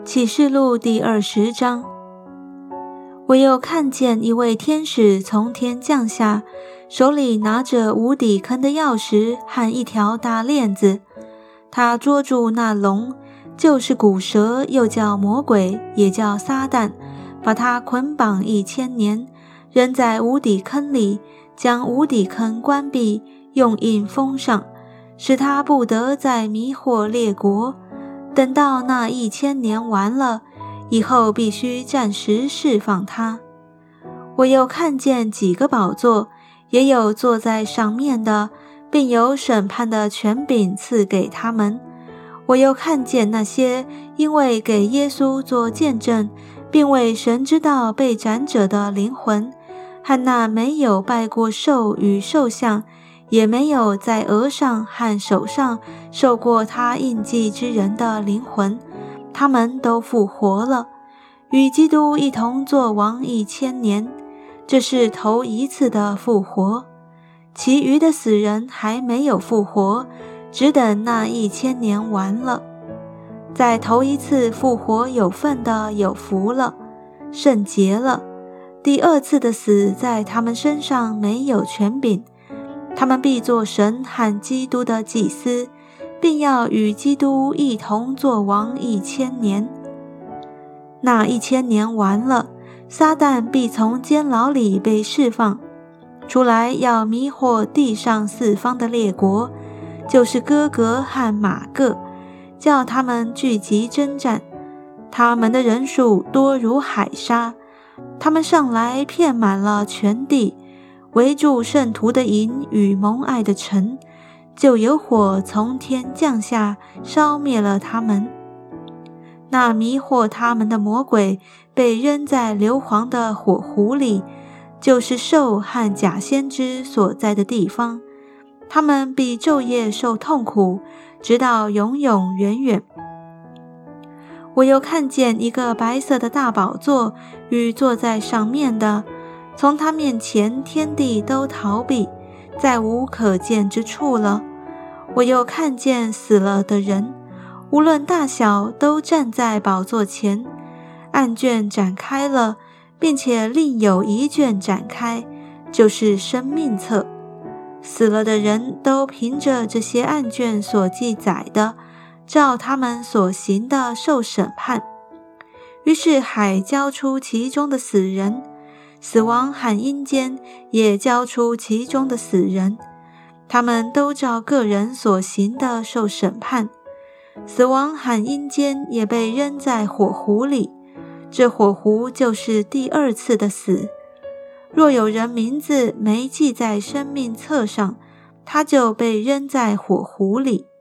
启示录第20章。我又看见一位天使从天降下，手里拿着无底坑的钥匙和一条大链子。他捉住那龙，就是古蛇，又叫魔鬼，也叫撒旦，把他捆绑1000年，扔在无底坑里，将无底坑关闭，用印封上，使他不得再迷惑列国。等到那1000年完了以后，必须暂时释放他。我又看见几个宝座，也有坐在上面的，并有审判的权柄赐给他们。我又看见那些因为给耶稣做见证，并为神之道被斩者的灵魂，和那没有拜过兽与兽像，也没有在额上和手上受过他印记之人的灵魂，他们都复活了，与基督一同作王1000年。这是头一次的复活。其余的死人还没有复活，只等那1000年完了。在头一次复活有份的有福了，圣洁了。第二次的死在他们身上没有权柄，他们必作神和基督的祭司，并要与基督一同作王1000年。那1000年完了，撒旦必从监牢里被释放出来，要迷惑地上四方的列国，就是哥格和马各，叫他们聚集征战。他们的人数多如海沙，他们上来遍满了全地，围住圣徒的营与蒙爱的城，就有火从天降下，烧灭了他们。那迷惑他们的魔鬼被扔在硫磺的火湖里，就是兽和假先知所在的地方。他们必昼夜受痛苦，直到永永远远。我又看见一个白色的大宝座与坐在上面的，从他面前天地都逃避，再无可见之处了。我又看见死了的人，无论大小，都站在宝座前。案卷展开了，并且另有一卷展开，就是生命册。死了的人都凭着这些案卷所记载的，照他们所行的受审判。于是海交出其中的死人，死亡和阴间也交出其中的死人，他们都照个人所行的受审判。死亡和阴间也被扔在火湖里，这火湖就是第二次的死。若有人名字没记在生命册上，他就被扔在火湖里。